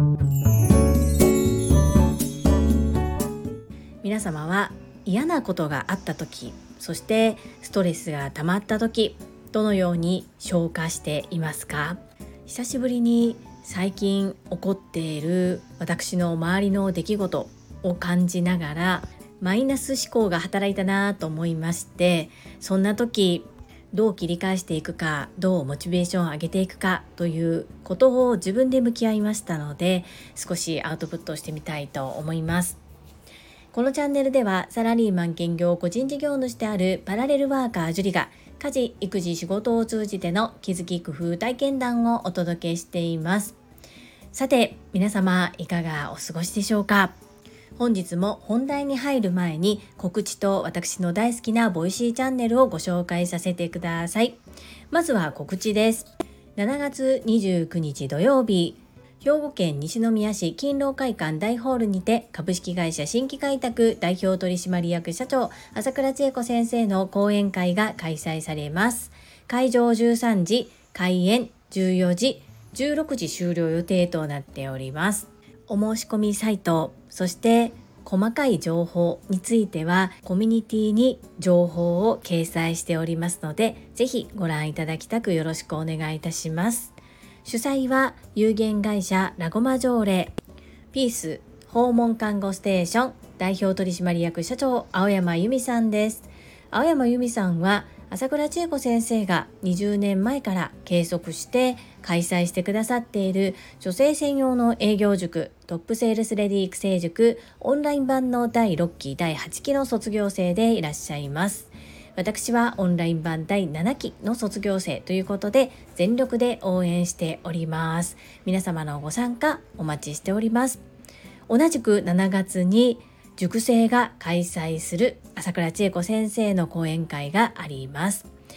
皆様は嫌なことがあった時、そしてストレスが溜まった時、どのように消化していますか？久しぶりに最近起こっている私の周りの出来事を感じながら、マイナス思考が働いたなと思いまして、そんな時どう切り返していくか、どうモチベーションを上げていくかということを自分で向き合いましたので、少しアウトプットしてみたいと思います。このチャンネルではサラリーマン兼業個人事業主であるパラレルワーカージュリが家事・育児・仕事を通じての気づき・工夫・体験談をお届けしています。さて皆様いかがお過ごしでしょうか？本日も本題に入る前に告知と私の大好きなボイシーチャンネルをご紹介させてください。まずは告知です。7月29日土曜日、兵庫県西宮市勤労会館大ホールにて株式会社新規開拓代表取締役社長朝倉千恵子先生の講演会が開催されます。会場13時、開演14時、16時終了予定となっております。お申し込みサイト、そして細かい情報についてはコミュニティに情報を掲載しておりますので、ぜひご覧いただきたくよろしくお願いいたします。主催は有限会社ラゴマ条例ピース訪問看護ステーション代表取締役社長青山由美さんです。青山由美さんは朝倉千恵子先生が20年前から計測して開催してくださっている女性専用の営業塾トップセールスレディ育成塾オンライン版の第6期第8期の卒業生でいらっしゃいます。私はオンライン版第7期の卒業生ということで全力で応援しております。皆様のご参加お待ちしております。同じく7月に塾生が開催する朝倉千恵子先生の講演会があります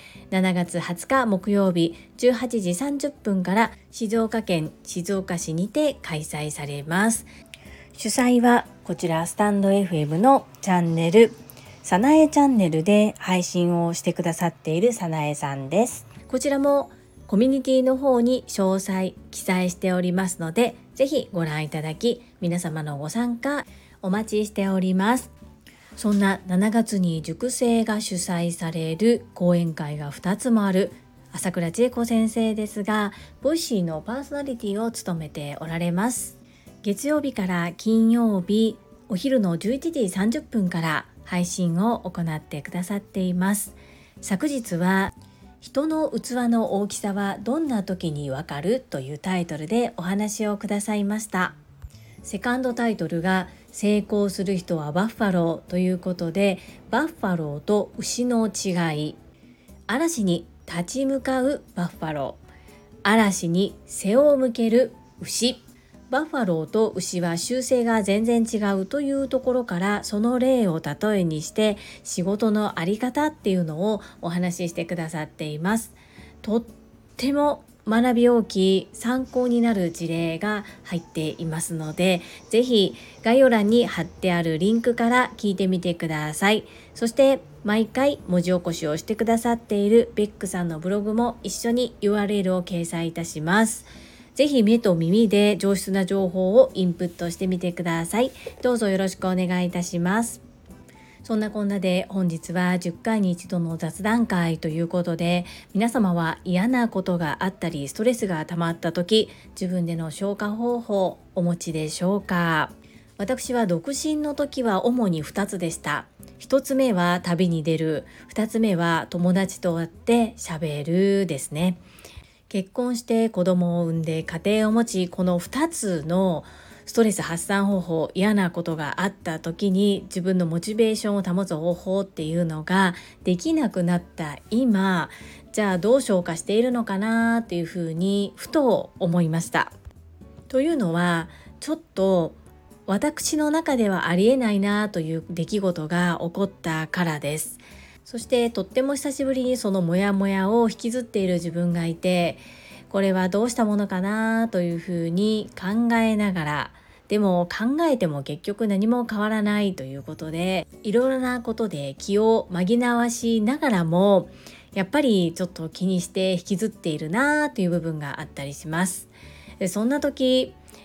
。7月20日木曜日18時30分から静岡県静岡市にて開催されます。主催はこちらスタンド FM のチャンネルさなえチャンネルで配信をしてくださっているさなえさんです。こちらもコミュニティの方に詳細記載しておりますので、ぜひご覧いただき皆様のご参加お待ちしております。そんな7月に塾生が主催される講演会が2つもある朝倉千恵子先生ですが、ボイシーのパーソナリティを務めておられます。月曜日から金曜日お昼の11時30分から配信を行ってくださっています。昨日は人の器の大きさはどんな時にわかるというタイトルでお話をくださいました。セカンドタイトルが成功する人はバッファローということで、バッファローと牛の違い、嵐に立ち向かうバッファロー、嵐に背を向ける牛。バッファローと牛は習性が全然違うというところから、その例を例えにして仕事のあり方っていうのをお話ししてくださっています。とっても学び大きい参考になる事例が入っていますので、ぜひ概要欄に貼ってあるリンクから聞いてみてください。そして毎回文字起こしをしてくださっているベックさんのブログも一緒に URL を掲載いたします。ぜひ目と耳で上質な情報をインプットしてみてください。どうぞよろしくお願いいたします。そんなこんなで本日は10回に一度の雑談会ということで、皆様は嫌なことがあったりストレスが溜まった時、自分での消化方法お持ちでしょうか？私は独身の時は主に2つでした。1つ目は旅に出る、2つ目は友達と会って喋るですね。結婚して子供を産んで家庭を持ち、この2つのストレス発散方法、嫌なことがあった時に自分のモチベーションを保つ方法っていうのができなくなった今、じゃあどう消化しているのかなっていうふうにふと思いました。というのはちょっと私の中ではありえないなという出来事が起こったからです。そしてとっても久しぶりにそのモヤモヤを引きずっている自分がいて、これはどうしたものかなというふうに考えながら、でも考えても結局何も変わらないということで、いろいろなことで気を紛らわしながらもやっぱりちょっと気にして引きずっているなという部分があったりします。でそんな時、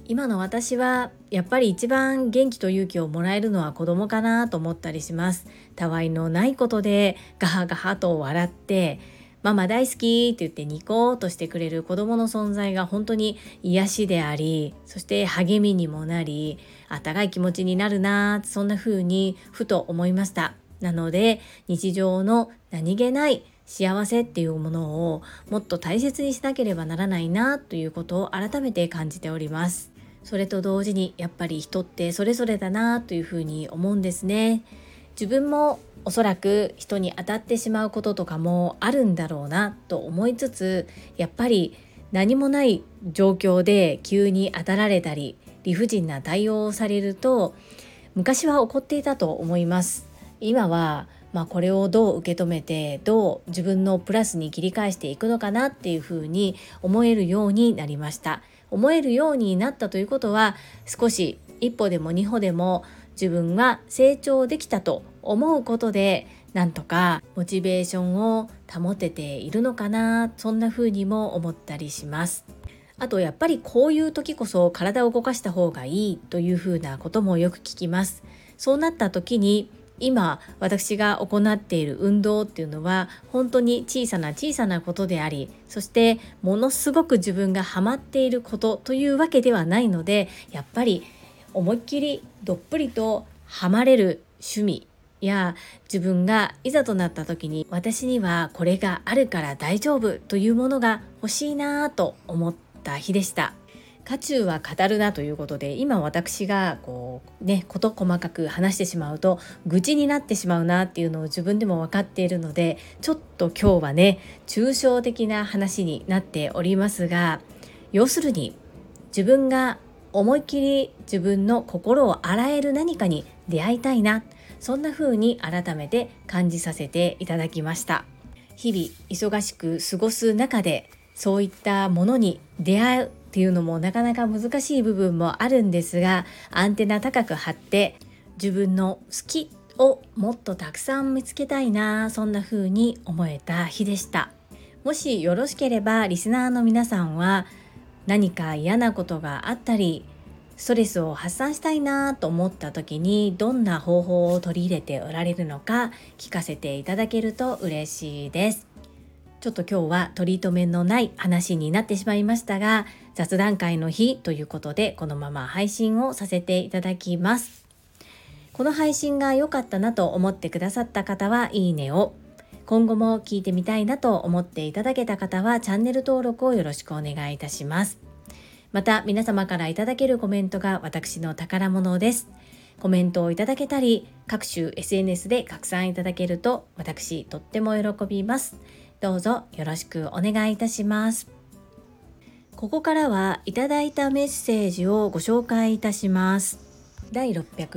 今の私はやっぱり一番元気と勇気をもらえるのは子供かなと思ったりします。たわいのないことでガハガハと笑ってママ大好きって言ってニコーとしてくれる子供の存在が本当に癒しであり、そして励みにもなり、あったかい気持ちになるな、そんな風にふと思いました。なので日常の何気ない幸せっていうものをもっと大切にしなければならないなということを改めて感じております。それと同時にやっぱり人ってそれぞれだなというふうに思うんですね。自分もおそらく人に当たってしまうこととかもあるんだろうなと思いつつ、やっぱり何もない状況で急に当たられたり理不尽な対応をされると、昔は怒っていたと思います。今はこれをどう受け止めてどう自分のプラスに切り返していくのかなっていうふうに思えるようになりました。思えるようになったということは、少し一歩でも二歩でも自分は成長できたと思うことで、なんとかモチベーションを保てているのかな、そんな風にも思ったりします。あとやっぱりこういう時こそ体を動かした方がいいという風なこともよく聞きます。そうなった時に今私が行っている運動っていうのは本当に小さなことであり、そしてものすごく自分がハマっていることというわけではないので、やっぱり思いっきりどっぷりとハマれる趣味や、自分がいざとなった時に私にはこれがあるから大丈夫というものが欲しいなと思った日でした。渦中は語るなということで、今私が事細かく話してしまうと愚痴になってしまうなっていうのを自分でも分かっているので、ちょっと今日は抽象的な話になっておりますが、要するに自分が思いっきり自分の心を洗える何かに出会いたいな、そんな風に改めて感じさせていただきました。日々忙しく過ごす中でそういったものに出会うっていうのもなかなか難しい部分もあるんですが、アンテナ高く張って自分の好きをもっとたくさん見つけたいな、そんな風に思えた日でした。もしよろしければリスナーの皆さんは何か嫌なことがあったりストレスを発散したいなと思った時にどんな方法を取り入れておられるのか聞かせていただけると嬉しいです。ちょっと今日は取り留めのない話になってしまいましたが、雑談会の日ということでこのまま配信をさせていただきます。この配信が良かったなと思ってくださった方はいいねを、今後も聞いてみたいなと思っていただけた方はチャンネル登録をよろしくお願いいたします。また皆様からいただけるコメントが私の宝物です。コメントをいただけたり各種 SNS で拡散いただけると私とっても喜びます。どうぞよろしくお願いいたします。ここからはいただいたメッセージをご紹介いたします。第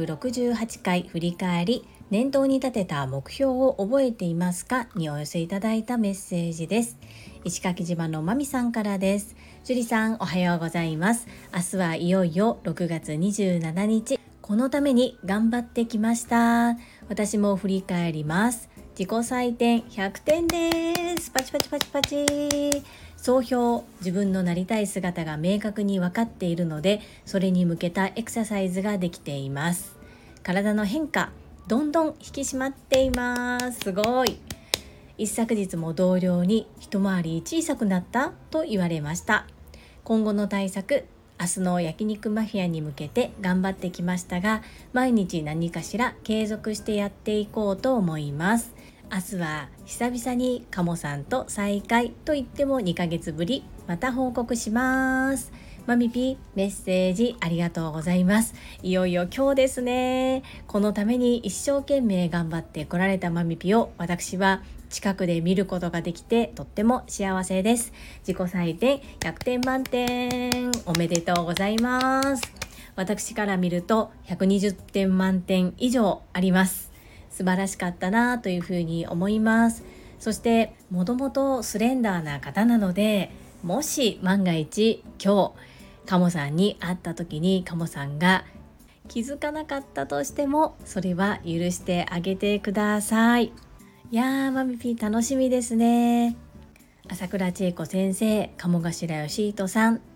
668回振り返り、念頭に立てた目標を覚えていますかにお寄せいただいたメッセージです。石垣島のまみさんからです。ジュリさんおはようございます。明日はいよいよ6月27日、このために頑張ってきました。私も振り返ります。自己採点100点です。パチパチパチパチ。総評、自分のなりたい姿が明確に分かっているので、それに向けたエクササイズができています。体の変化、どんどん引き締まっています。すごい。一昨日も同僚に一回り小さくなったと言われました。今後の対策、明日の焼肉マフィアに向けて頑張ってきましたが、毎日何かしら継続してやっていこうと思います。明日は久々にカモさんと再会と言っても2ヶ月ぶり、また報告します。マミピメッセージありがとうございます。いよいよ今日ですね。このために一生懸命頑張ってこられたマミピを私は近くで見ることができてとっても幸せです。自己採点100点満点おめでとうございます。私から見ると120点満点以上あります。素晴らしかったなというふうに思います。そしてもともとスレンダーな方なので、もし万が一今日カモさんに会った時にカモさんが気づかなかったとしても、それは許してあげてください。いやーマミピー楽しみですね。朝倉千恵子先生、鴨頭義人さん、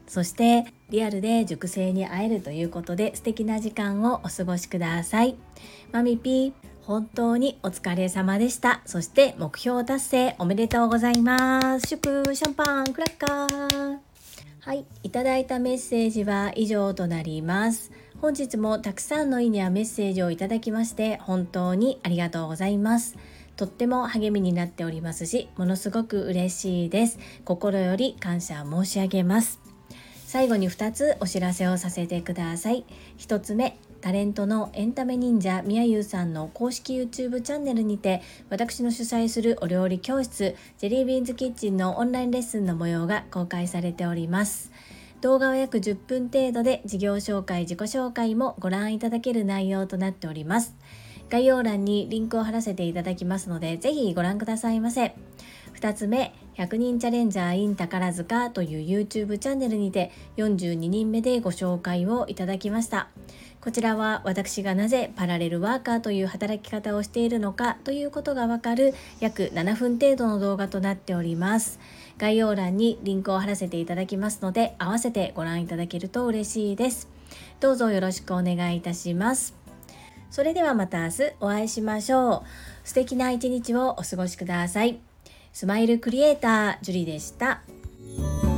そしてリアルで塾生に会えるということで素敵な時間をお過ごしください。マミピー、本当にお疲れ様でした。そして目標達成おめでとうございます。祝シャンパンクラッカー。はい、いただいたメッセージは以上となります。本日もたくさんのいいねやメッセージをいただきまして本当にありがとうございます。とっても励みになっておりますし、ものすごく嬉しいです。心より感謝申し上げます。最後に2つお知らせをさせてください。1つ目、タレントのエンタメ忍者みやゆうさんの公式 YouTube チャンネルにて、私の主催するお料理教室ジェリービーンズキッチンのオンラインレッスンの模様が公開されております。動画は約10分程度で、事業紹介、自己紹介もご覧いただける内容となっております。概要欄にリンクを貼らせていただきますので、ぜひご覧くださいませ。2つ目、100人チャレンジャー in 宝塚という YouTube チャンネルにて42人目でご紹介をいただきました。こちらは私がなぜパラレルワーカーという働き方をしているのかということがわかる約7分程度の動画となっております。概要欄にリンクを貼らせていただきますので、合わせてご覧いただけると嬉しいです。どうぞよろしくお願いいたします。それではまた明日お会いしましょう。素敵な一日をお過ごしください。スマイルクリエイタージュリでした。